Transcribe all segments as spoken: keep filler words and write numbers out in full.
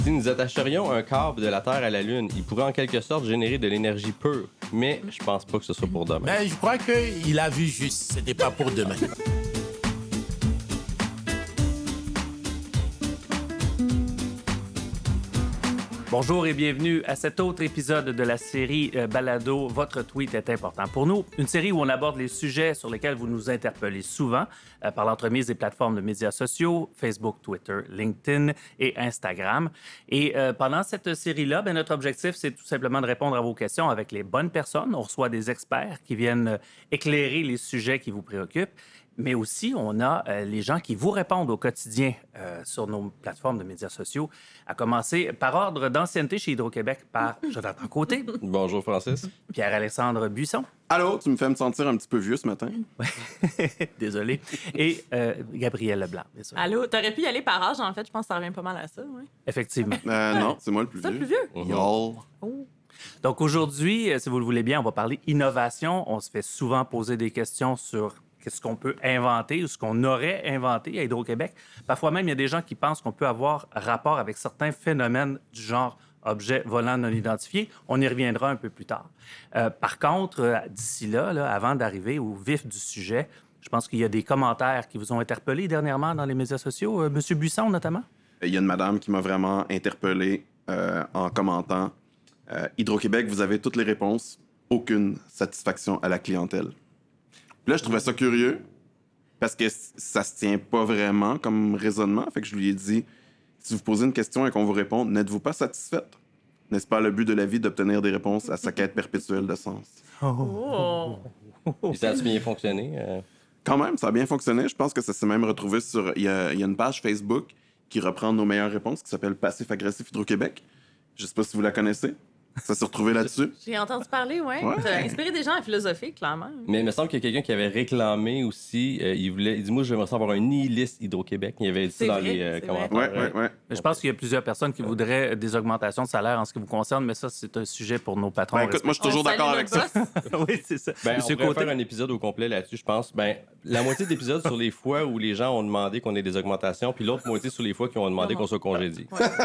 Si nous attacherions un câble de la Terre à la Lune, il pourrait en quelque sorte générer de l'énergie pure. Mais je pense pas que ce soit pour demain. Ben, je crois qu'il a vu juste. C'était pas pour demain. Bonjour et bienvenue à cet autre épisode de la série euh, Balado Votre tweet est important pour nous. Une série où on aborde les sujets sur lesquels vous nous interpellez souvent euh, par l'entremise des plateformes de médias sociaux, Facebook, Twitter, LinkedIn et Instagram. Et euh, pendant cette série-là, ben, notre objectif, c'est tout simplement de répondre à vos questions avec les bonnes personnes. On reçoit des experts qui viennent euh, éclairer les sujets qui vous préoccupent. Mais aussi, on a euh, les gens qui vous répondent au quotidien euh, sur nos plateformes de médias sociaux, à commencer par ordre d'ancienneté chez Hydro-Québec par Jonathan Côté. Bonjour, Francis. Pierre-Alexandre Buisson. Allô, tu me fais me sentir un petit peu vieux ce matin? Désolé. Et euh, Gabriel Leblanc, bien sûr. Allô, t'aurais pu y aller par âge, en fait. Je pense que ça revient pas mal à ça, oui. Effectivement. Euh, non, c'est moi le plus C'est vieux. le plus vieux? Mm-hmm. Y'all. Oh. Donc aujourd'hui, euh, si vous le voulez bien, on va parler innovation. On se fait souvent poser des questions sur qu'est-ce qu'on peut inventer ou ce qu'on aurait inventé à Hydro-Québec. Parfois même, il y a des gens qui pensent qu'on peut avoir rapport avec certains phénomènes du genre objet volant non identifié. On y reviendra un peu plus tard. Euh, par contre, euh, d'ici là, là, avant d'arriver au vif du sujet, je pense qu'il y a des commentaires qui vous ont interpellé dernièrement dans les médias sociaux. Euh, Monsieur Buisson, notamment? Il y a une madame qui m'a vraiment interpellé euh, en commentant euh, « Hydro-Québec, vous avez toutes les réponses, aucune satisfaction à la clientèle. » Puis là, je trouvais ça curieux parce que ça se tient pas vraiment comme raisonnement. Fait que je lui ai dit « Si vous posez une question et qu'on vous répond, n'êtes-vous pas satisfaite? N'est-ce pas le but de la vie d'obtenir des réponses à sa quête perpétuelle de sens? » Oh. Et ça a-tu bien fonctionné? Euh... Quand même, ça a bien fonctionné. Je pense que ça s'est même retrouvé sur... Il y a, il y a une page Facebook qui reprend nos meilleures réponses qui s'appelle Passif-Agressif Hydro-Québec. Je sais pas si vous la connaissez. Ça s'est retrouvé là-dessus. J'ai entendu parler, oui. Ouais. Ça a inspiré des gens à philosopher, clairement. Mais il me semble qu'il y a quelqu'un qui avait réclamé aussi. Euh, il voulait, il dit moi, j'aimerais savoir un nihiliste Hydro-Québec. Il avait dit ça C'est dans vrai, les euh, c'est commentaires. Ouais, ouais, ouais. Je pense qu'il y a plusieurs personnes qui voudraient des augmentations de salaire en ce qui vous concerne, mais ça, c'est un sujet pour nos patrons. Ben, écoute, moi, je suis toujours On salue d'accord avec notre ça. boss. Oui, c'est ça. Ben, Monsieur on pourrait Côté. faire un épisode au complet là-dessus, je pense. Ben, la moitié de l'épisode sur les fois où les gens ont demandé qu'on ait des augmentations, puis l'autre moitié sur les fois qui ont demandé qu'on soit congédié.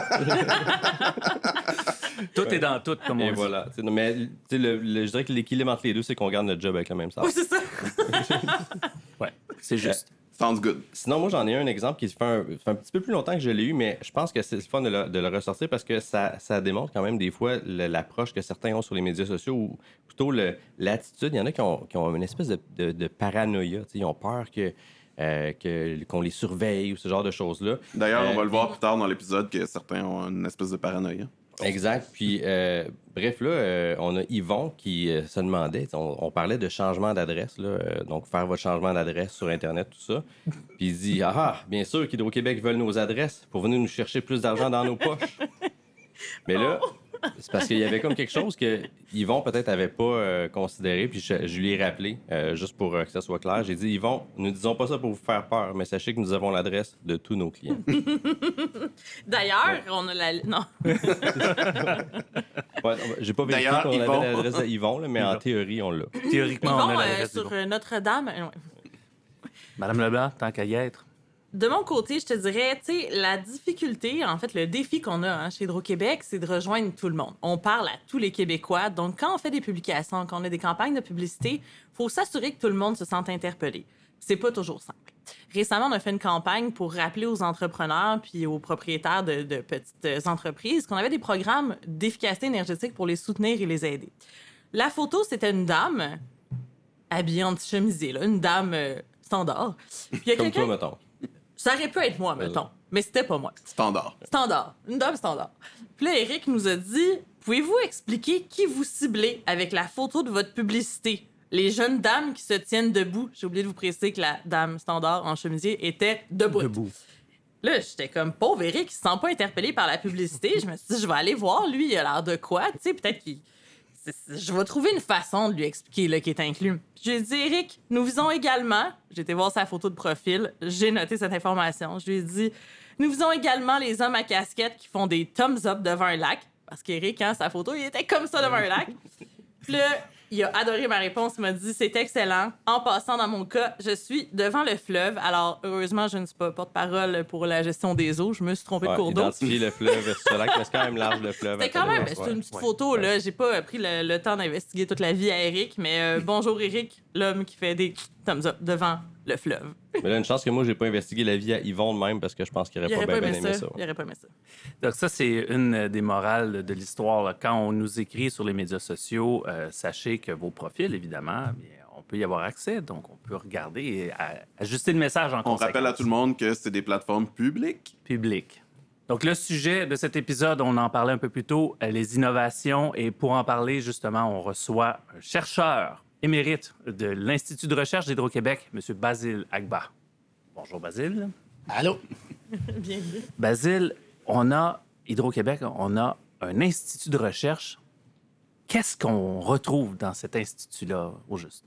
Tout est dans tout, comme on Et dit. voilà. T'sais, non, mais t'sais, le, le- je dirais que l'équilibre entre les deux, c'est qu'on garde notre job avec le même salaire. Oui, c'est ça. Ouais, c'est juste. Sounds good. Sinon, moi, j'en ai un exemple qui fait un, fait un petit peu plus longtemps que je l'ai eu, mais je pense que c'est le fun de le, de le ressortir parce que ça, ça démontre quand même des fois le- l'approche que certains ont sur les médias sociaux ou plutôt le- l'attitude. Il y en a qui ont, qui ont une espèce de, de, de paranoïa. T'sais, ils ont peur que, euh, que, qu'on les surveille ou ce genre de choses-là. D'ailleurs, Euh, on va le voir plus tard dans l'épisode que certains ont une espèce de paranoïa. Exact. Puis, euh, bref, là, euh, on a Yvon qui euh, se demandait, on, on parlait de changement d'adresse, là, euh, donc faire votre changement d'adresse sur Internet, tout ça. Puis il dit, ah, ah, bien sûr qu'Hydro-Québec veulent nos adresses pour venir nous chercher plus d'argent dans nos poches. Mais là, c'est parce qu'il y avait comme quelque chose que Yvon peut-être avait pas euh, considéré, puis je, je lui ai rappelé, euh, juste pour euh, que ça soit clair. J'ai dit, Yvon, nous disons pas ça pour vous faire peur, mais sachez que nous avons l'adresse de tous nos clients. D'ailleurs, on a la... Non. Ouais, j'ai pas vérifié D'ailleurs, qu'on Yvon. avait l'adresse de Yvon, là, mais en théorie, on l'a. Théoriquement, on a Yvon, euh, l'adresse sur d'Yvon. euh, Notre-Dame... euh, ouais. Madame Leblanc, tant qu'à y être. De mon côté, je te dirais, tu sais, la difficulté, en fait, le défi qu'on a hein, chez Hydro-Québec, c'est de rejoindre tout le monde. On parle à tous les Québécois. Donc, quand on fait des publications, quand on a des campagnes de publicité, il faut s'assurer que tout le monde se sente interpellé. C'est pas toujours simple. Récemment, on a fait une campagne pour rappeler aux entrepreneurs puis aux propriétaires de, de petites entreprises qu'on avait des programmes d'efficacité énergétique pour les soutenir et les aider. La photo, c'était une dame habillée en petit chemisier, là, une dame euh, standard. Puis il y a Comme quelqu'un... toi, mettons. Ça aurait pu être moi, mettons. Mais c'était pas moi. Standard. Standard. Une dame standard. Puis là, Eric nous a dit, pouvez-vous expliquer qui vous ciblez avec la photo de votre publicité? Les jeunes dames qui se tiennent debout. J'ai oublié de vous préciser que la dame standard en chemisier était debout. Debout. Là, j'étais comme, pauvre Eric, il se sent pas interpellé par la publicité. Je me suis dit, je vais aller voir, lui, il a l'air de quoi? Tu sais, peut-être qu'il... c'est- c'est- Je vais trouver une façon de lui expliquer là, qui est inclus. J'ai dit, Eric, nous visons également... J'ai été voir sa photo de profil. J'ai noté cette information. Je lui ai dit, nous visons également les hommes à casquette qui font des thumbs up devant un lac. Parce qu'Eric, hein, sa photo, il était comme ça devant un lac. Puis là, il a adoré ma réponse. Il m'a dit c'est excellent. En passant, dans mon cas, je suis devant le fleuve. Alors, heureusement, je ne suis pas porte-parole pour la gestion des eaux. Je me suis trompée Ouais, de cours d'eau. identifier le fleuve sur le lac, mais c'est quand même large, le fleuve. C'était quand même, Ouais. c'est une petite photo, là. J'ai pas pris le, le temps d'investiguer toute la vie à Eric, mais euh, bonjour, Eric, l'homme qui fait des thumbs up devant le fleuve. Mais là, une chance que moi, j'ai pas investigué la vie à Yvon de même parce que je pense qu'il aurait Il pas aurait bien pas aimé ça. Il aurait pas aimé ça. Donc ça, c'est une des morales de l'histoire, là. Quand on nous écrit sur les médias sociaux, euh, sachez que vos profils, évidemment, bien, on peut y avoir accès. Donc, on peut regarder et à- ajuster le message en On conséquence. rappelle à tout le monde que c'est des plateformes publiques. Public. Donc, le sujet de cet épisode, on en parlait un peu plus tôt, euh, les innovations. Et pour en parler, justement, on reçoit un chercheur émérite de l'Institut de recherche d'Hydro-Québec, M. Basile Agba. Bonjour, Basile. Allô? Bienvenue. Basile, on a, Hydro-Québec, on a un institut de recherche. Qu'est-ce qu'on retrouve dans cet institut-là, au juste?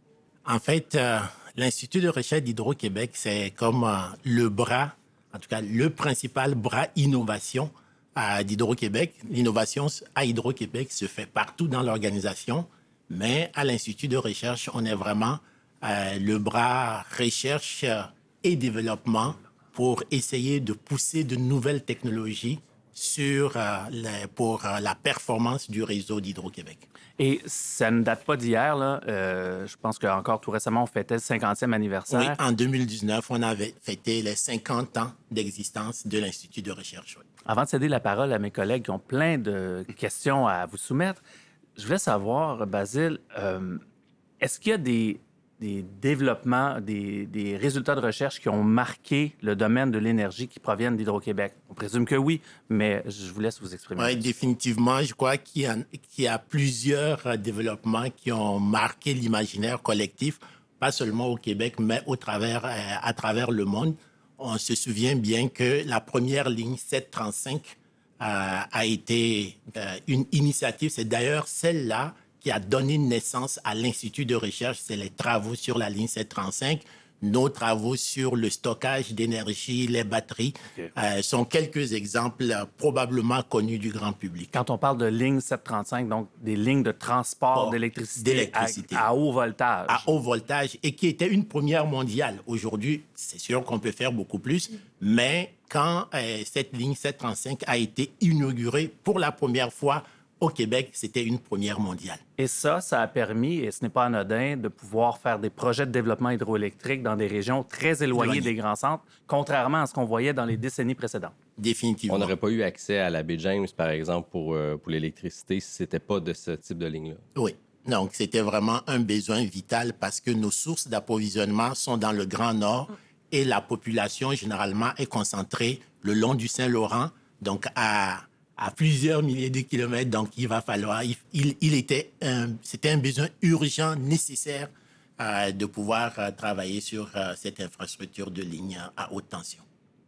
En fait, euh, l'Institut de recherche d'Hydro-Québec, c'est comme euh, le bras, en tout cas le principal bras innovation euh, d'Hydro-Québec. L'innovation à Hydro-Québec se fait partout dans l'organisation, mais à l'Institut de recherche, on est vraiment euh, le bras recherche euh, et développement pour essayer de pousser de nouvelles technologies sur, euh, les- pour euh, la performance du réseau d'Hydro-Québec. Et ça ne date pas d'hier, là. Euh, je pense qu'encore tout récemment, on fêtait le cinquantième anniversaire. Oui, en deux mille dix-neuf, on avait fêté les cinquante ans d'existence de l'Institut de recherche. Oui. Avant de céder la parole à mes collègues qui ont plein de questions à vous soumettre, je voulais savoir, Basile, euh, est-ce qu'il y a des, des développements, des, des résultats de recherche qui ont marqué le domaine de l'énergie qui proviennent d'Hydro-Québec? On présume que oui, mais je vous laisse vous exprimer. Oui, définitivement, je crois qu'il y a, qu'il y a plusieurs euh, développements qui ont marqué l'imaginaire collectif, pas seulement au Québec, mais au travers, euh, à travers le monde. On se souvient bien que la première ligne sept cent trente-cinq euh, a été euh, une initiative. C'est d'ailleurs celle-là qui a donné naissance à l'Institut de recherche. C'est les travaux sur la ligne sept cent trente-cinq. Nos travaux sur le stockage d'énergie, les batteries, OK. euh, sont quelques exemples euh, probablement connus du grand public. Quand on parle de ligne sept cent trente-cinq, donc des lignes de transport Bon, d'électricité, d'électricité. À, à haut voltage. À haut voltage et qui était une première mondiale. Aujourd'hui, c'est sûr qu'on peut faire beaucoup plus, mais quand euh, cette ligne sept cent trente-cinq a été inaugurée pour la première fois au Québec, c'était une première mondiale. Et ça, ça a permis, et ce n'est pas anodin, de pouvoir faire des projets de développement hydroélectrique dans des régions très éloignées Éloignées. des grands centres, contrairement à ce qu'on voyait dans les décennies précédentes. Définitivement. On n'aurait pas eu accès à la baie James, par exemple, pour, euh, pour l'électricité si c'était pas de ce type de ligne-là. Oui. Donc, c'était vraiment un besoin vital parce que nos sources d'approvisionnement sont dans le Grand Nord et la population, généralement, est concentrée le long du Saint-Laurent, donc à, à plusieurs milliers de kilomètres. Donc, il va falloir... Il, il, il était un, c'était un besoin urgent, nécessaire euh, de pouvoir euh, travailler sur euh, cette infrastructure de ligne à haute tension.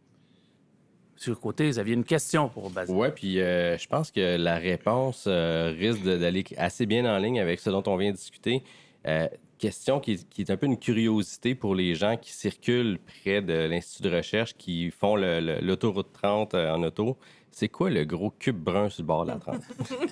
Sur le côté, vous aviez une question pour Basile. Ouais, puis euh, je pense que la réponse euh, risque de- d'aller assez bien en ligne avec ce dont on vient de discuter. Euh, question qui, qui est un peu une curiosité pour les gens qui circulent près de l'Institut de recherche, qui font le- le- l'autoroute trente euh, en auto. C'est quoi le gros cube brun sur le bord de la trente?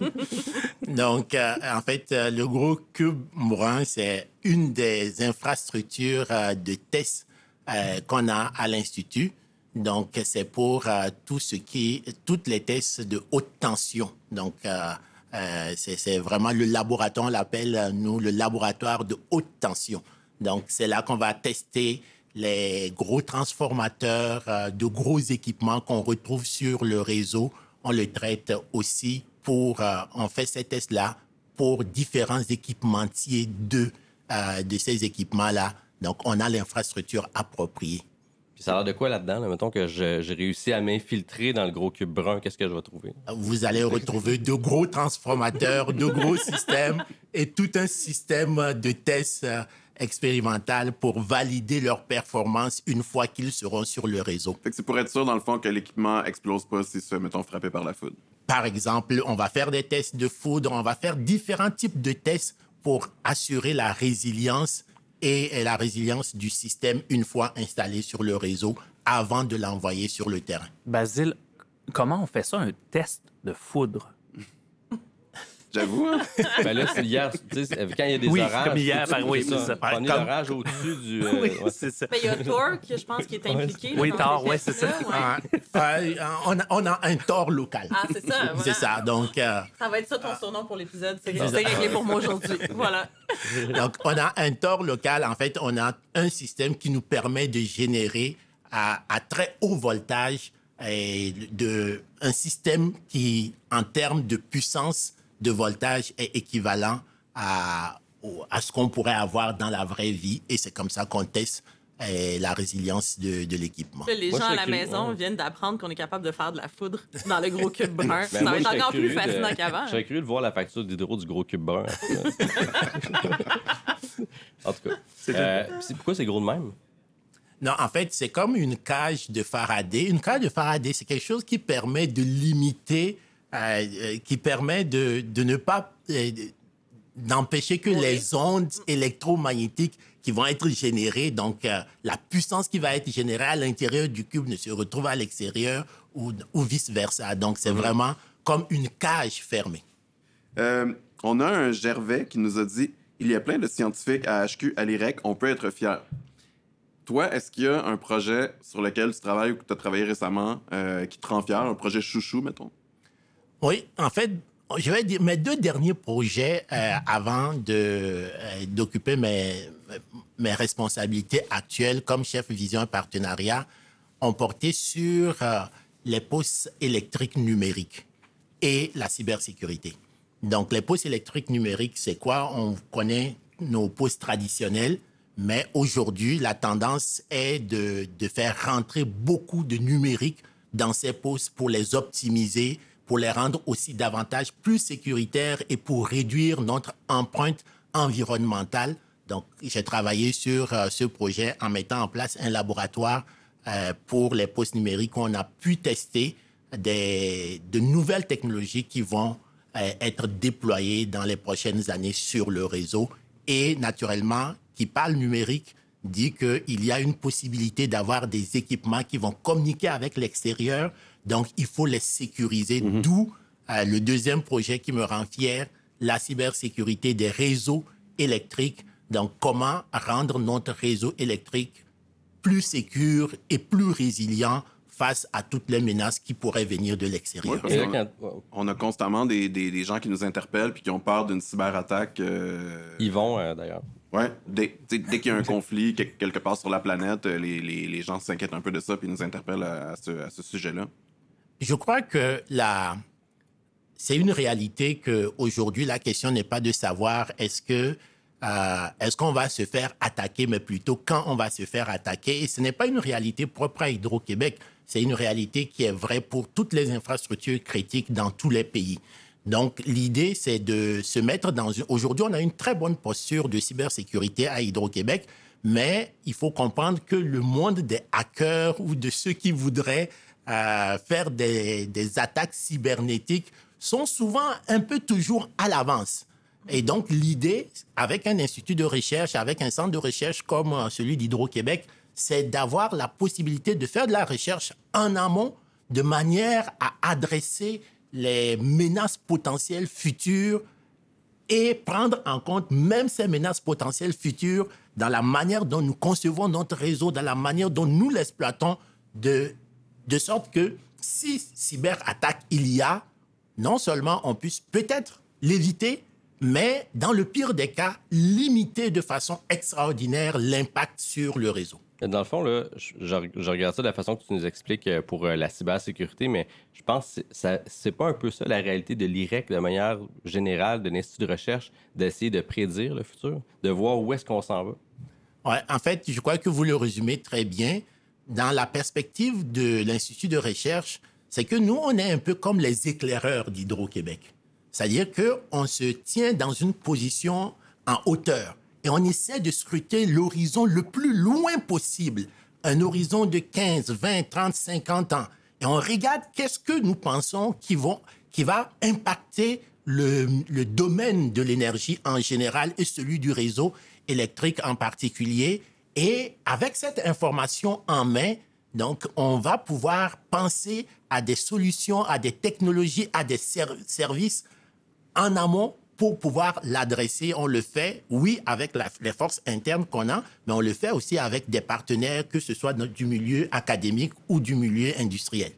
Donc, euh, en fait, euh, le gros cube brun, c'est une des infrastructures euh, de tests euh, qu'on a à l'Institut. Donc, c'est pour euh, tout ce qui, toutes les tests de haute tension. Donc, euh, euh, c'est, c'est vraiment le laboratoire, on l'appelle, euh, nous, le laboratoire de haute tension. Donc, c'est là qu'on va tester les gros transformateurs, euh, de gros équipements qu'on retrouve sur le réseau. On le traite aussi pour, euh, on fait ces tests-là pour différents équipementiers de, euh, de ces équipements-là. Donc, on a l'infrastructure appropriée. Puis ça a l'air de quoi là-dedans? Là? Mettons que je- j'ai réussi à m'infiltrer dans le gros cube brun. Qu'est-ce que je vais trouver? Vous allez retrouver de gros transformateurs, de gros systèmes et tout un système de tests euh, expérimental pour valider leur performance une fois qu'ils seront sur le réseau. Fait que c'est pour être sûr, dans le fond, que l'équipement explose pas s'il se fait, mettons, frapper par la foudre. Par exemple, on va faire des tests de foudre, on va faire différents types de tests pour assurer la résilience et, et la résilience du système une fois installé sur le réseau avant de l'envoyer sur le terrain. Basile, comment on fait ça, un test de foudre? J'avoue. Hein? Ben là, c'est hier, tu sais, quand il y a des Oui, orages... comme hier, c'est par- oui, ça. c'est ça. On est Comme- l'orage au-dessus du... euh, Oui, ouais. c'est ça. Ben, il y a Torque, je pense, qui est impliqué. là, Oui, dans Thor, ces ouais, c'est ça. tests-là, ouais. Ah, euh, on, a, on a un tort local. Ah, c'est ça. Voilà. C'est ça. Donc, euh, Ça va être ça ton surnom pour l'épisode. C'est c'est réglé pour moi aujourd'hui. Voilà. donc, on a un tort local. En fait, on a un système qui nous permet de générer à, à très haut voltage et de, un système qui, en termes de puissance de voltage, est équivalent à, au- à ce qu'on pourrait avoir dans la vraie vie. Et c'est comme ça qu'on teste eh, la résilience de, de l'équipement. Là, les Moi, gens je à la serais curieux, maison ouais. viennent d'apprendre qu'on est capable de faire de la foudre dans le gros cube brun. Ben, ça moi, va je être serais encore plus curieux de- fascinant qu'avant. Je serais curieux de voir la facture d'hydro du gros cube brun. En tout cas. Euh, puis c'est- pourquoi c'est gros de même? Non, en fait, c'est comme une cage de Faraday. Une cage de Faraday, c'est quelque chose qui permet de limiter, euh, euh, qui permet de, de ne pas, euh, de- d'empêcher que les ondes électromagnétiques qui vont être générées, donc euh, la puissance qui va être générée à l'intérieur du cube ne se retrouve à l'extérieur ou, ou vice-versa. Donc, c'est vraiment comme une cage fermée. Euh, on a un Gervais qui nous a dit il y a plein de scientifiques à H Q, à l'I R E C, on peut être fiers. Toi, est-ce qu'il y a un projet sur lequel tu travailles ou que tu as travaillé récemment euh, qui te rend fier, un projet chouchou, mettons? Oui, en fait, je vais dire, mes deux derniers projets euh, avant de, euh, d'occuper mes, mes responsabilités actuelles comme chef vision et partenariat ont porté sur euh, les postes électriques numériques et la cybersécurité. Donc, les postes électriques numériques, c'est quoi? On connaît nos postes traditionnels, mais aujourd'hui, la tendance est de, de faire rentrer beaucoup de numérique dans ces postes pour les optimiser, pour les rendre aussi davantage plus sécuritaires et pour réduire notre empreinte environnementale. Donc, j'ai travaillé sur euh, ce projet en mettant en place un laboratoire euh, pour les postes numériques où on a pu tester des, de nouvelles technologies qui vont euh, être déployées dans les prochaines années sur le réseau. Et naturellement, qui parle numérique dit qu'il y a une possibilité d'avoir des équipements qui vont communiquer avec l'extérieur. Donc, il faut les sécuriser. Mm-hmm. D'où euh, le deuxième projet qui me rend fier, la cybersécurité des réseaux électriques. Donc, comment rendre notre réseau électrique plus sécure et plus résilient face à toutes les menaces qui pourraient venir de l'extérieur. Ouais, parce qu'on a, on a constamment des, des, des gens qui nous interpellent puis qui ont peur d'une cyberattaque. Euh... Ils vont, euh, d'ailleurs. Oui, dès, dès qu'il y a un conflit quelque part sur la planète, les, les, les gens s'inquiètent un peu de ça puis nous interpellent à, à ce, à ce sujet-là. Je crois que la... c'est une réalité qu'aujourd'hui, la question n'est pas de savoir est-ce que euh, est-ce qu'on va se faire attaquer, mais plutôt quand on va se faire attaquer. Et ce n'est pas une réalité propre à Hydro-Québec, c'est une réalité qui est vraie pour toutes les infrastructures critiques dans tous les pays. Donc, l'idée, c'est de se mettre dans une... Aujourd'hui, on a une très bonne posture de cybersécurité à Hydro-Québec, mais il faut comprendre que le monde des hackers ou de ceux qui voudraient euh, faire des, des attaques cybernétiques sont souvent un peu toujours à l'avance. Et donc, l'idée, avec un institut de recherche, avec un centre de recherche comme celui d'Hydro-Québec, c'est d'avoir la possibilité de faire de la recherche en amont de manière à adresser les menaces potentielles futures et prendre en compte même ces menaces potentielles futures dans la manière dont nous concevons notre réseau, dans la manière dont nous l'exploitons, de, de sorte que si cyberattaque il y a, non seulement on puisse peut-être l'éviter, mais dans le pire des cas, limiter de façon extraordinaire l'impact sur le réseau. Dans le fond, là, je, je regarde ça de la façon que tu nous expliques pour la cybersécurité, mais je pense que ça, c'est pas un peu ça la réalité de l'I R E C de manière générale, de l'Institut de recherche, d'essayer de prédire le futur, de voir où est-ce qu'on s'en va? Ouais, en fait, je crois que vous le résumez très bien. Dans la perspective de l'Institut de recherche, c'est que nous, on est un peu comme les éclaireurs d'Hydro-Québec. C'est-à-dire qu'on se tient dans une position en hauteur et on essaie de scruter l'horizon le plus loin possible, un horizon de quinze, vingt, trente, cinquante ans. Et on regarde qu'est-ce que nous pensons qui, vont, qui va impacter le, le domaine de l'énergie en général et celui du réseau électrique en particulier. Et avec cette information en main, donc, on va pouvoir penser à des solutions, à des technologies, à des ser- services en amont pour pouvoir l'adresser. On le fait, oui, avec la, les forces internes qu'on a, mais on le fait aussi avec des partenaires, que ce soit du milieu académique ou du milieu industriel.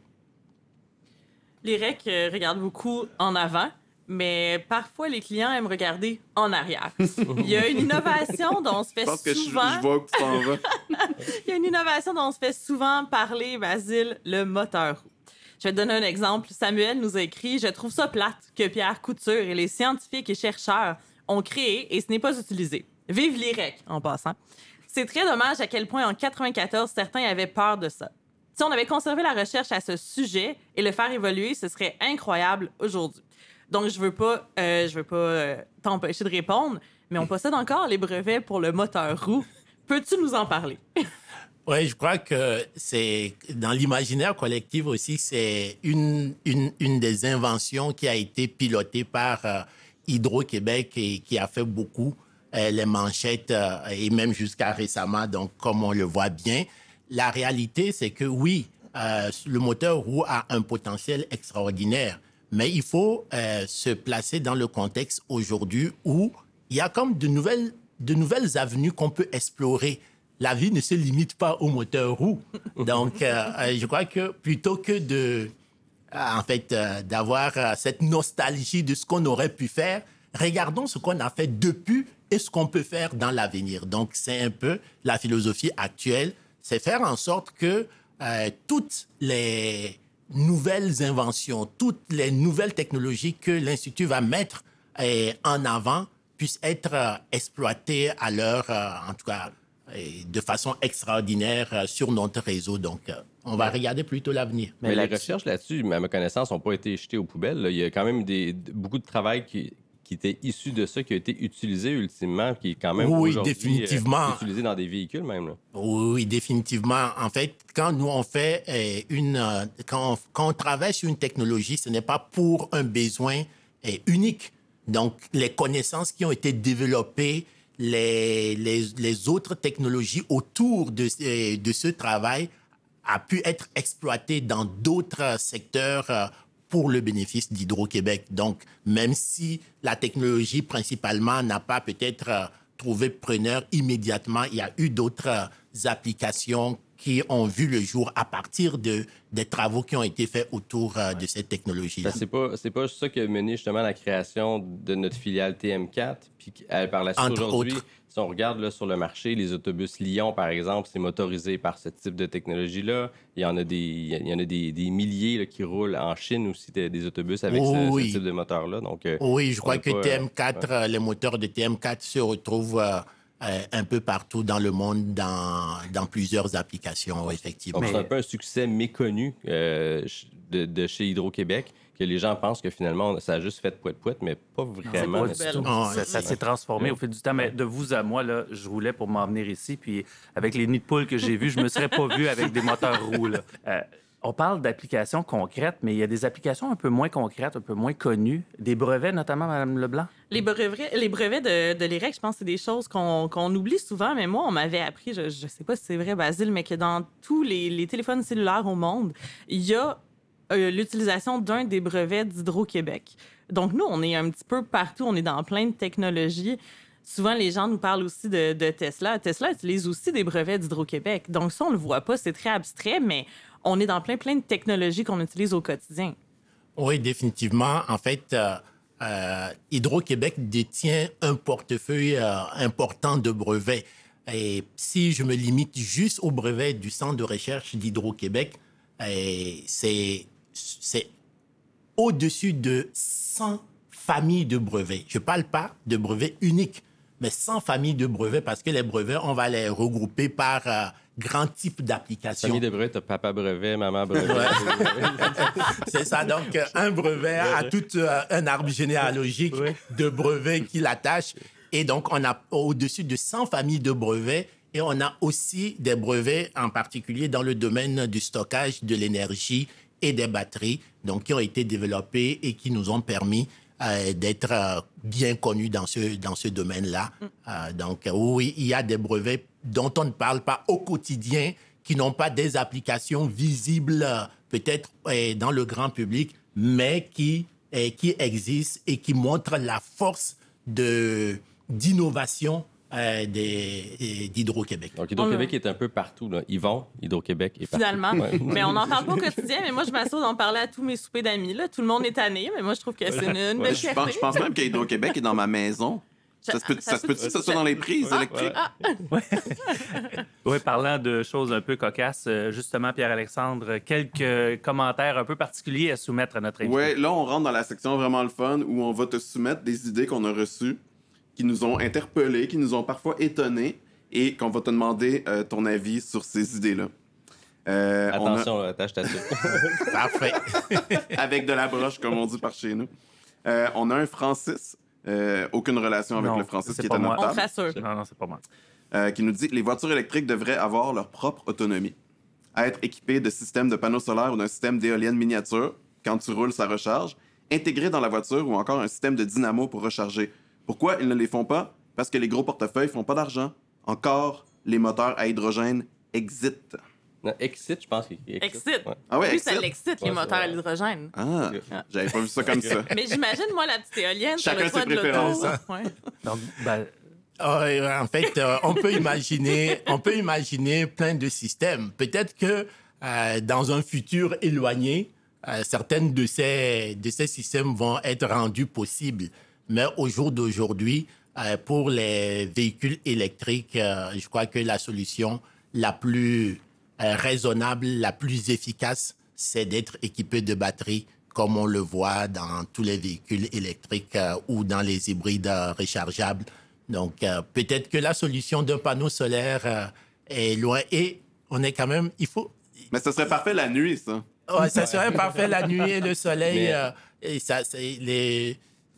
Les R E C euh, regardent beaucoup en avant, mais parfois les clients aiment regarder en arrière. Il y a une innovation dont on se fait Je pense que je, souvent... je vois où tu t'en vas. Il y a une innovation dont on se fait souvent parler, Basile, le moteur roue. Je vais te donner un exemple. Samuel nous a écrit « Je trouve ça plate que Pierre Couture et les scientifiques et chercheurs ont créé et ce n'est pas utilisé. Vive l'I R E C, en passant. C'est très dommage à quel point en quatre-vingt-quatorze, certains avaient peur de ça. Si on avait conservé la recherche à ce sujet et le faire évoluer, ce serait incroyable aujourd'hui. Donc, je veux pas, euh, je veux pas euh, t'empêcher de répondre, mais on possède encore les brevets pour le moteur roue. Peux-tu nous en parler? Oui, je crois que c'est dans l'imaginaire collectif aussi, c'est une, une, une des inventions qui a été pilotée par euh, Hydro-Québec et qui a fait beaucoup euh, les manchettes euh, et même jusqu'à récemment, donc comme on le voit bien. La réalité, c'est que oui, euh, le moteur roue a un potentiel extraordinaire, mais il faut euh, se placer dans le contexte aujourd'hui où il y a comme de nouvelles, de nouvelles avenues qu'on peut explorer. La vie ne se limite pas au moteur roue. Donc, euh, je crois que plutôt que de, euh, en fait, euh, d'avoir euh, cette nostalgie de ce qu'on aurait pu faire, regardons ce qu'on a fait depuis et ce qu'on peut faire dans l'avenir. Donc, c'est un peu la philosophie actuelle, c'est faire en sorte que euh, toutes les nouvelles inventions, toutes les nouvelles technologies que l'Institut va mettre euh, en avant puissent être euh, exploitées à l'heure, euh, en tout cas, euh, de façon extraordinaire euh, sur notre réseau. Donc, euh, on va regarder plutôt l'avenir. Mais, Mais les recherches là-dessus, à ma connaissance, n'ont pas été jetées aux poubelles. Là. Il y a quand même des, beaucoup de travail qui, qui était issu de ça, qui a été utilisé ultimement, qui est quand même oui, aujourd'hui définitivement. Euh, utilisé dans des véhicules même. Là. Oui, définitivement. En fait, quand nous on fait euh, une, euh, quand, on, quand on travaille sur une technologie, ce n'est pas pour un besoin euh, unique. Donc, les connaissances qui ont été développées, les, les, les autres technologies autour de, euh, de ce travail a pu être exploitées dans d'autres secteurs euh, pour le bénéfice d'Hydro-Québec. Donc, même si la technologie principalement n'a pas peut-être euh, trouvé preneur immédiatement, il y a eu d'autres euh, applications qui ont vu le jour à partir de, des travaux qui ont été faits autour euh, de cette technologie-là. C'est pas, c'est pas ça qui a mené justement à la création de notre filiale T M quatre. Puis euh, par la suite, Entre aujourd'hui, autres. si on regarde là, sur le marché, les autobus Lyon, par exemple, c'est motorisé par ce type de technologie-là. Il y en a des, il y en a des, des milliers là, qui roulent en Chine aussi, des, des autobus avec oh, ce, oui. ce type de moteur-là. Donc, euh, oui, je crois que pas, T M quatre, euh, ouais. les moteurs de T M quatre se retrouvent euh, euh, un peu partout dans le monde, dans, dans plusieurs applications, effectivement. Donc, c'est un peu un succès méconnu euh, de, de chez Hydro-Québec, que les gens pensent que finalement, ça a juste fait pouet-pouet, mais pas vraiment. Non, pas du tout. Oh, ça ça s'est transformé au fil du temps. Mais de vous à moi, là, je roulais pour m'en venir ici, puis avec les nids de poules que j'ai vus, je me serais pas vu avec des moteurs roux. Là. Euh, on parle d'applications concrètes, mais il y a des applications un peu moins concrètes, un peu moins connues. Des brevets, notamment, Mme Leblanc? Les brevets, les brevets de, de l'I R E C, je pense que c'est des choses qu'on qu'on oublie souvent, mais moi, on m'avait appris, je ne sais pas si c'est vrai, Basile, mais que dans tous les, les téléphones cellulaires au monde, il y a euh, l'utilisation d'un des brevets d'Hydro-Québec. Donc, nous, on est un petit peu partout, on est dans plein de technologies. Souvent, les gens nous parlent aussi de, de Tesla. Tesla utilise aussi des brevets d'Hydro-Québec. Donc, ça, on le voit pas, c'est très abstrait, mais on est dans plein, plein de technologies qu'on utilise au quotidien. Oui, définitivement. En fait, euh, euh, Hydro-Québec détient un portefeuille euh, important de brevets. Et si je me limite juste au brevet du Centre de recherche d'Hydro-Québec, c'est, c'est au-dessus de cent familles de brevets. Je ne parle pas de brevets uniques, mais cent familles de brevets, parce que les brevets, on va les regrouper par euh, grands types d'applications. Famille de brevets, t'as papa brevet, maman brevet. Ouais. C'est ça. Donc, euh, un brevet a tout euh, un arbre généalogique Oui. de brevets qui l'attache. Et donc, on a au-dessus de cent familles de brevets. Et on a aussi des brevets, en particulier dans le domaine du stockage de l'énergie et des batteries, donc qui ont été développés et qui nous ont permis euh, d'être euh, bien connus dans ce, dans ce domaine-là. Mm. Euh, donc, oui, il y a des brevets dont on ne parle pas au quotidien, qui n'ont pas des applications visibles, euh, peut-être euh, dans le grand public, mais qui et qui existent et qui montrent la force de, d'innovation euh, des, d'Hydro-Québec. Donc, Hydro-Québec est un peu partout. Là. Yvon, Hydro-Québec est partout. Finalement. Ouais. Mais on n'en parle pas au quotidien, mais moi, je m'assure d'en parler à tous mes soupers d'amis. Là. Tout le monde est tanné, mais moi, je trouve que c'est une, une belle Je fierté. pense, je pense même qu'Hydro-Québec est dans ma maison. Ça se peut, ça se peut-tu que ça soit dans les prises électriques? Oui, parlant de choses un peu cocasses, euh, justement, Pierre-Alexandre, quelques commentaires un peu particuliers à soumettre à notre invité. Oui, là, on rentre dans la section vraiment le fun où on va te soumettre des idées qu'on a reçues, qui nous ont interpellés, qui nous ont parfois étonnés et qu'on va te demander euh, ton avis sur ces idées-là. Euh, Attention, on a... là, attache ta suite. Parfait. Avec de la broche, comme on dit par chez nous. Euh, on a un Francis, euh, aucune relation avec Non, le Francis c'est qui est pas à moi. notre On table. te rassure. Non, non, c'est pas moi. Euh, qui nous dit les voitures électriques devraient avoir leur propre autonomie. Être équipées de systèmes de panneaux solaires ou d'un système d'éoliennes miniature. Quand tu roules, ça recharge. Intégré dans la voiture ou encore un système de dynamo pour recharger. Pourquoi ils ne les font pas? Parce que les gros portefeuilles font pas d'argent. Encore, les moteurs à hydrogène existent. Non, Exit, je pense qu'il Excite. Ouais. Ah ouais, Plus ça excite. l'excite, les Ouais, moteurs à c'est vrai. l'hydrogène. Ah, j'avais pas vu ça comme ça. Mais j'imagine, moi, la petite éolienne sur Chacun le toit ses de l'auto. préférences, Ouais. Donc, ben, Oh, ouais, en fait, euh, on peut imaginer, on peut imaginer plein de systèmes. Peut-être que euh, dans un futur éloigné, euh, certaines de ces, de ces systèmes vont être rendus possibles. Mais au jour d'aujourd'hui, euh, pour les véhicules électriques, euh, je crois que la solution la plus euh, raisonnable, la plus efficace, c'est d'être équipé de batteries, comme on le voit dans tous les véhicules électriques euh, ou dans les hybrides euh, rechargeables. Donc, euh, peut-être que la solution d'un panneau solaire euh, est loin. Et on est quand même... Il faut... Mais ça serait parfait la nuit, ça. Ouais, ça serait parfait la nuit et le soleil. Mais- euh, et ça, c'est les...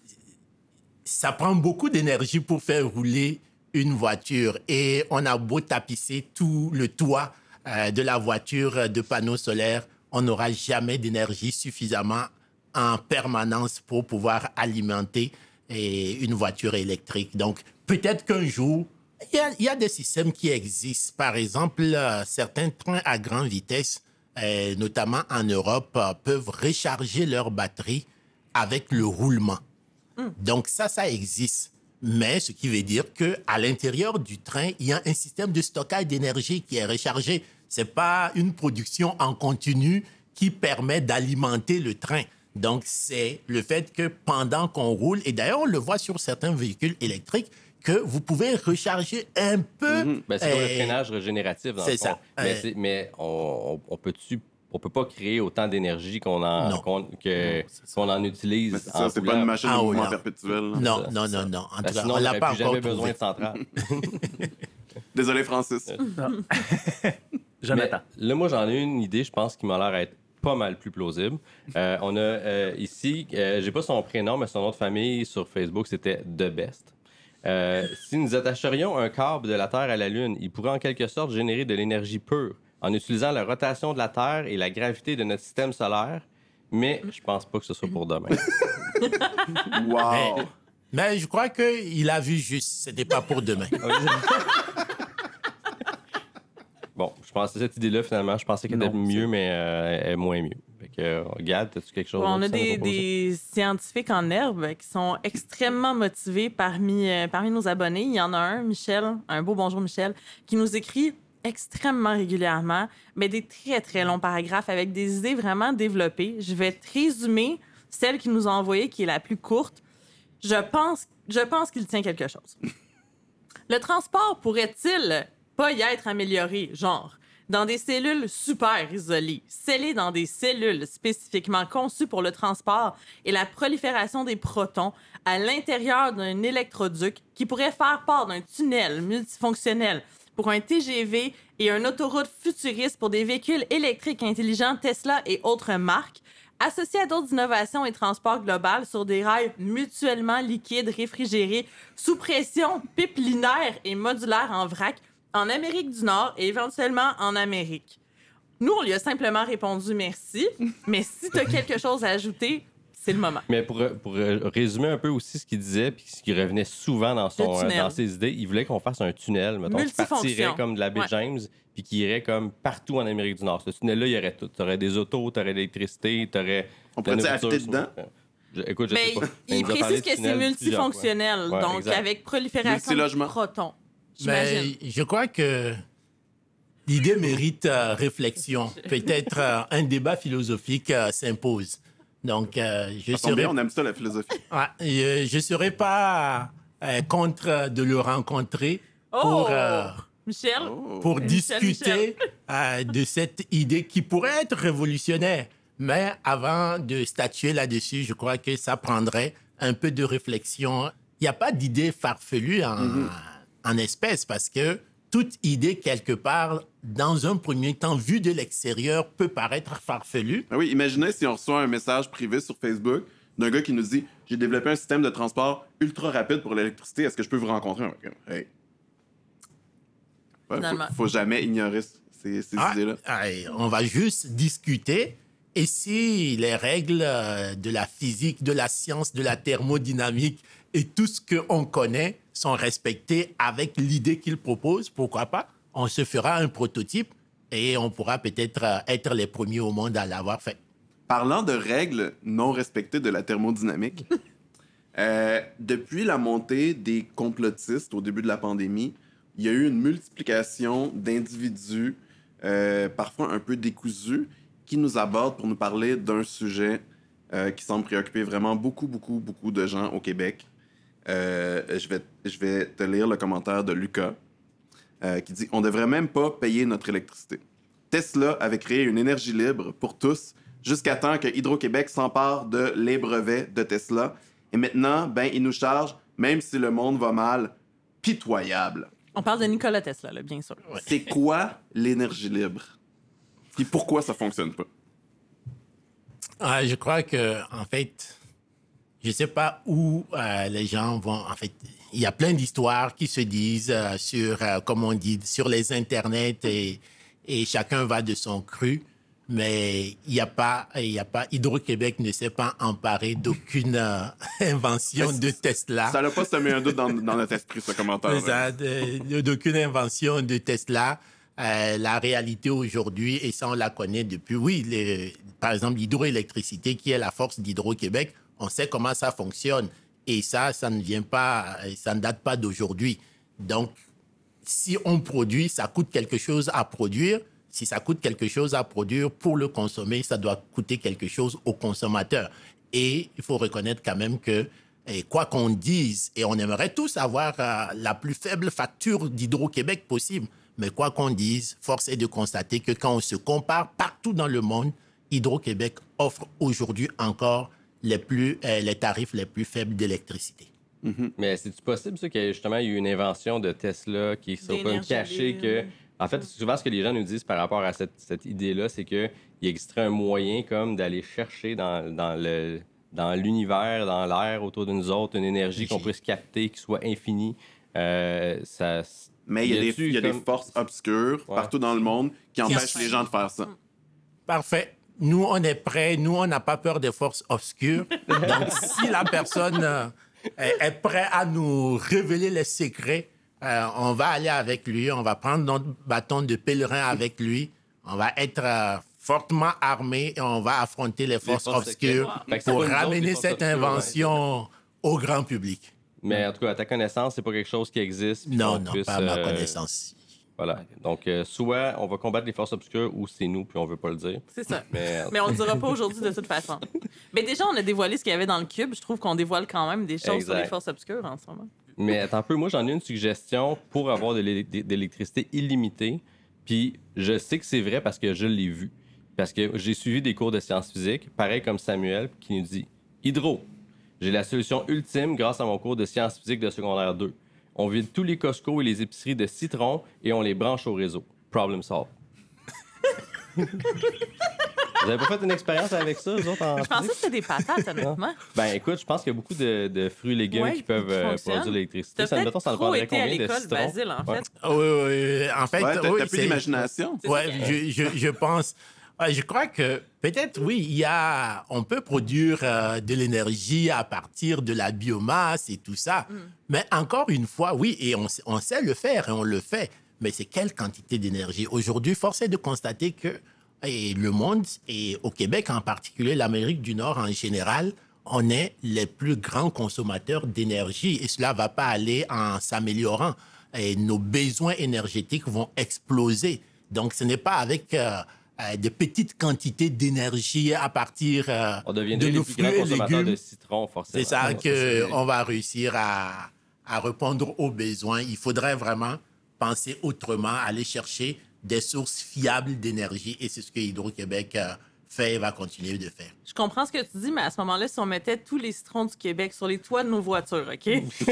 ça prend beaucoup d'énergie pour faire rouler une voiture. Et on a beau tapisser tout le toit euh, de la voiture de panneaux solaires, on n'aura jamais d'énergie suffisamment en permanence pour pouvoir alimenter et une voiture électrique. Donc, peut-être qu'un jour, il y a, il y a des systèmes qui existent. Par exemple, euh, certains trains à grande vitesse, euh, notamment en Europe, euh, peuvent recharger leur batterie avec le roulement. Donc, ça, ça existe. Mais ce qui veut dire qu'à l'intérieur du train, il y a un système de stockage d'énergie qui est rechargé. Ce n'est pas une production en continu qui permet d'alimenter le train. Donc, c'est le fait que pendant qu'on roule, et d'ailleurs, on le voit sur certains véhicules électriques, que vous pouvez recharger un peu. Ben, c'est comme le euh, freinage régénératif, dans c'est le fond. ça. Mais, Euh, c'est- mais on, on, on peut-tu... On peut pas créer autant d'énergie qu'on en, Non. qu'on, que, qu'on en utilise. Mais c'est en ça, c'est pas roulant. une machine Ah, de oui, mouvement non. perpétuel. là. Non, ça, non, c'est ça. non, non. En Ben, tout cas, sinon, on on l'a n'aurait pas plus encore jamais besoin trouvé. de centrale. Désolé, Francis. Jonathan. Mais là, moi, j'en ai une idée, je pense, qui m'a l'air être pas mal plus plausible. Euh, on a euh, ici, euh, j'ai pas son prénom, mais son nom de famille sur Facebook, c'était The Best. Euh, si nous attacherions un câble de la Terre à la Lune, il pourrait en quelque sorte générer de l'énergie pure en utilisant la rotation de la Terre et la gravité de notre système solaire, mais je pense pas que ce soit pour demain. Wow! Mais je crois qu'il a vu juste. Ce n'était pas pour demain. Bon, je pensais cette idée-là, finalement, je pensais qu'elle était Non, mieux, mais euh, elle est moins mieux. Fait que, euh, Gad, as-tu quelque chose Bon, on d'autre a à nous des, proposer? des scientifiques en herbe qui sont extrêmement motivés parmi, euh, parmi nos abonnés. Il y en a un, Michel, un beau bonjour Michel, qui nous écrit extrêmement régulièrement, mais des très, très longs paragraphes avec des idées vraiment développées. Je vais te résumer celle qu'il nous a envoyée, qui est la plus courte. Je pense, je pense qu'il tient quelque chose. Le transport pourrait-il pas y être amélioré, genre, dans des cellules super isolées, scellées dans des cellules spécifiquement conçues pour le transport et la prolifération des protons à l'intérieur d'un électroduc qui pourrait faire part d'un tunnel multifonctionnel pour un T G V et une autoroute futuriste pour des véhicules électriques intelligents Tesla et autres marques, associés à d'autres innovations et transports global sur des rails mutuellement liquides, réfrigérés, sous pression, pipelinaire et modulaire en vrac, en Amérique du Nord et éventuellement en Amérique. Nous, on lui a simplement répondu merci, mais si tu as quelque chose à ajouter, c'est le moment. Mais pour, pour résumer un peu aussi ce qu'il disait, puis ce qui revenait souvent dans, son, Le tunnel. dans ses idées, il voulait qu'on fasse un tunnel, mettons, qui Multifonction. partirait comme de la baie Ouais. James, puis qui irait comme partout en Amérique du Nord. Ce tunnel-là, il y aurait tout. Tu aurais des autos, tu aurais de l'électricité, tu aurais... On pourrait-tu habiter dedans? Je- écoute, je Mais sais pas. il nous a parlé précise de que c'est tunnels plusieurs fois. multifonctionnel, Ouais, donc exact. avec prolifération de Multilogement. protons. Mais J'imagine. je crois que l'idée mérite euh, réflexion. Peut-être euh, un débat philosophique euh, s'impose. Donc, euh, je Ça tombe serais, bien, on aime ça, la philosophie. ouais, je ne serais pas euh, contre de le rencontrer pour, Oh! euh, Michel? Oh. pour Michel, discuter euh, de cette idée qui pourrait être révolutionnaire. Mais avant de statuer là-dessus, je crois que ça prendrait un peu de réflexion. Il n'y a pas d'idée farfelue en, Mm-hmm. en espèce parce que toute idée, quelque part, dans un premier temps, vue de l'extérieur, peut paraître farfelue. Ah oui, imaginez si on reçoit un message privé sur Facebook d'un gars qui nous dit « J'ai développé un système de transport ultra rapide pour l'électricité, est-ce que je peux vous rencontrer? » Hey. Ouais, Finalement. faut, faut jamais ignorer ces, ces Ah, idées-là. ah, on va juste discuter. Et si les règles euh, de la physique, de la science, de la thermodynamique et tout ce qu'on connaît sont respectées avec l'idée qu'il propose, pourquoi pas? On se fera un prototype et on pourra peut-être euh, être les premiers au monde à l'avoir fait. Parlant de règles non respectées de la thermodynamique, euh, depuis la montée des complotistes au début de la pandémie, il y a eu une multiplication d'individus, euh, parfois un peu décousus, qui nous abordent pour nous parler d'un sujet euh, qui semble préoccuper vraiment beaucoup, beaucoup, beaucoup de gens au Québec. Euh, je vais, je vais te lire le commentaire de Lucas, euh, qui dit « On devrait même pas payer notre électricité. Tesla avait créé une énergie libre pour tous jusqu'à temps que Hydro-Québec s'empare de les brevets de Tesla. Et maintenant, ben, ils nous chargent, même si le monde va mal, pitoyable. On parle de Nikola Tesla, là, bien sûr. C'est quoi l'énergie libre? Puis pourquoi ça fonctionne pas? Ah, je crois que, en fait, je ne sais pas où euh, les gens vont. En fait, il y a plein d'histoires qui se disent euh, sur, euh, comme on dit, sur les internets et, et chacun va de son cru. Mais il n'y a pas, il y a pas, Hydro-Québec ne s'est pas emparé d'aucune euh, invention de Tesla. Ça n'a pas semé un doute dans, dans notre esprit, ce commentaire. Ça, de- d'aucune invention de Tesla. Euh, la réalité aujourd'hui, et ça on la connaît depuis, oui, les- par exemple l'hydroélectricité qui est la force d'Hydro-Québec, on sait comment ça fonctionne. Et ça, ça ne vient pas, ça ne date pas d'aujourd'hui. Donc, si on produit, ça coûte quelque chose à produire. Si ça coûte quelque chose à produire, pour le consommer, ça doit coûter quelque chose au consommateur. Et il faut reconnaître quand même que, et quoi qu'on dise, et on aimerait tous avoir euh, la plus faible facture d'Hydro-Québec possible, mais quoi qu'on dise, force est de constater que quand on se compare partout dans le monde, Hydro-Québec offre aujourd'hui encore les, plus, euh, les tarifs les plus faibles d'électricité. Mais c'est-tu possible, ça, qu'il y ait justement eu une invention de Tesla qui soit comme D'énergie cachée libre. que... En fait, souvent, ce que les gens nous disent par rapport à cette, cette idée-là, c'est qu'il existerait un moyen comme d'aller chercher dans, dans le dans l'univers, dans l'air autour de nous autres, une énergie qu'on puisse capter, qui soit infinie. Euh, ça, Mais il y a, Y des, a-tu il y a des comme- forces obscures Ouais. partout dans le monde qui empêchent les gens de faire ça. Parfait. Nous, on est prêts. Nous, on n'a pas peur des forces obscures. Donc, si la personne euh, est, est prête à nous révéler les secrets, euh, on va aller avec lui. On va prendre notre bâton de pèlerin avec lui. On va être euh, fortement armés et on va affronter les forces, forces obscures secrètes. Fait que c'est pour pas nous autres, les ramener forces cette obscures, invention au grand public. Mais en tout cas, à ta connaissance, c'est pas quelque chose qui existe. puis Non, qu'on non, puisse, pas à ma euh, connaissance. Voilà. Donc, euh, soit on va combattre les forces obscures ou c'est nous, puis on veut pas le dire. C'est ça. Mais, Mais on ne le dira pas aujourd'hui de toute façon. Mais déjà, on a dévoilé ce qu'il y avait dans le cube. Je trouve qu'on dévoile quand même des choses sur Exact. les forces obscures en ce moment. mais attends un peu, moi j'en ai une suggestion pour avoir de l'é- de l'électricité illimitée. Puis je sais que c'est vrai parce que je l'ai vu. Parce que j'ai suivi des cours de sciences physiques, pareil comme Samuel, qui nous dit Hydro, j'ai la solution ultime grâce à mon cours de sciences physiques de secondaire deux. On vide tous les Costco et les épiceries de citron et on les branche au réseau. Problem solved. Vous avez pas fait une expérience avec ça, vous autres, en Je pensais physique? que c'était des patates, honnêtement. Ben écoute, je pense qu'il y a beaucoup de, de fruits et légumes Ouais, qui peuvent qui euh, fonctionnent. produire de l'électricité. T'as Ça, peut-être mettons, ça nous trop prendrait été à combien de l'école, citron? Basile, en Ouais. fait. Oui, oui, oui. En fait, Ouais, t'as oui, t'as plus c'est- d'imagination? C'est Ouais, ça. je, je, je pense. Ouais, je crois que peut-être, oui, il y a, on peut produire euh, de l'énergie à partir de la biomasse et tout ça. Mais encore une fois, oui, et on, s- on sait le faire et on le fait. Mais c'est quelle quantité d'énergie? Aujourd'hui, force est de constater que et le monde, et au Québec en particulier, l'Amérique du Nord en général, on est les plus grands consommateurs d'énergie et cela ne va pas aller en s'améliorant. Et nos besoins énergétiques vont exploser. Donc, ce n'est pas avec euh, euh, de petites quantités d'énergie à partir euh, On devient de les nos plus grands fruits et consommateurs légumes. de citron, forcément. C'est ça Ouais, qu'on va réussir à, à répondre aux besoins. Il faudrait vraiment penser autrement, aller chercher des sources fiables d'énergie et c'est ce que Hydro-Québec euh, fait et va continuer de faire. Je comprends ce que tu dis, mais à ce moment-là, si on mettait tous les citrons du Québec sur les toits de nos voitures, OK?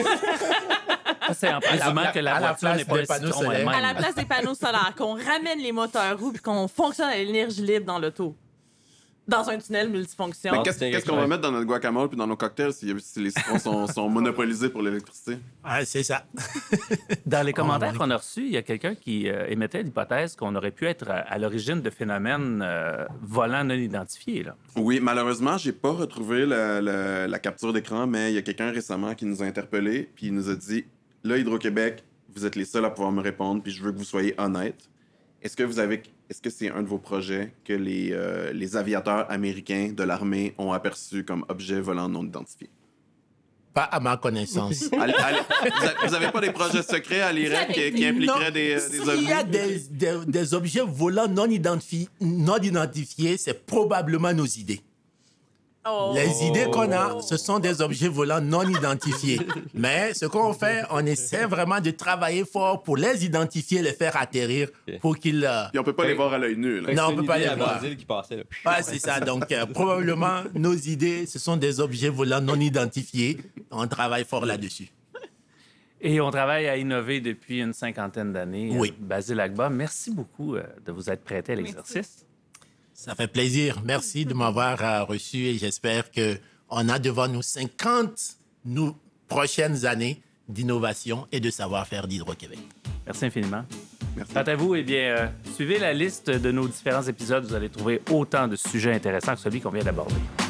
Ça, c'est en présumant que la à la voiture place n'est pas des le panneaux citron solaires. elle-même. À la place des panneaux solaires, qu'on ramène les moteurs roues puis qu'on fonctionne à l'énergie libre dans l'auto. Dans un tunnel multifonction. Mais Ah, qu'est-ce tiens, qu'est-ce qu'on ouais. va mettre dans notre guacamole puis dans nos cocktails si, si les citrons sont, sont monopolisés pour l'électricité? Ah, c'est ça. Dans les commentaires oui. qu'on a reçus, il y a quelqu'un qui euh, émettait l'hypothèse qu'on aurait pu être à, à l'origine de phénomènes euh, volants non identifiés. Là. Oui, malheureusement, j'ai pas retrouvé la, la- la capture d'écran, mais il y a quelqu'un récemment qui nous a interpellés puis il nous a dit « Là, Hydro-Québec, vous êtes les seuls à pouvoir me répondre puis je veux que vous soyez honnêtes. Est-ce que vous avez... Est-ce que c'est un de vos projets que les, euh, les aviateurs américains de l'armée ont aperçu comme objet volant non identifié? » Pas à ma connaissance. Allez- allez- vous a- vous avez pas des projets secrets à l'I R E C qui, qui impliqueraient des, euh, des S'il y a ovnis? des, des, des objets volants non, identifi- non identifiés, c'est probablement nos idées. Oh. Les idées qu'on a, ce sont des objets volants non identifiés. Mais ce qu'on fait, on essaie vraiment de travailler fort pour les identifier, les faire atterrir pour qu'ils... euh, Puis on peut pas les voir à l'œil nu. là. Fait que Non, c'est on peut une pas idée les à voir. Basile qui passait. Là. Ouais, c'est ça. Donc, euh, probablement, nos idées, ce sont des objets volants non identifiés. On travaille fort là-dessus. Et on travaille à innover depuis une cinquantaine d'années. Oui. Euh, Basile Agba, merci beaucoup euh, de vous être prêté à l'exercice. Ça fait plaisir. Merci de m'avoir euh, reçu et j'espère qu'on a devant nous cinquante nous, prochaines années d'innovation et de savoir-faire d'Hydro-Québec. Merci infiniment. Merci. Quant à vous, eh bien, euh, suivez la liste de nos différents épisodes. Vous allez trouver autant de sujets intéressants que celui qu'on vient d'aborder.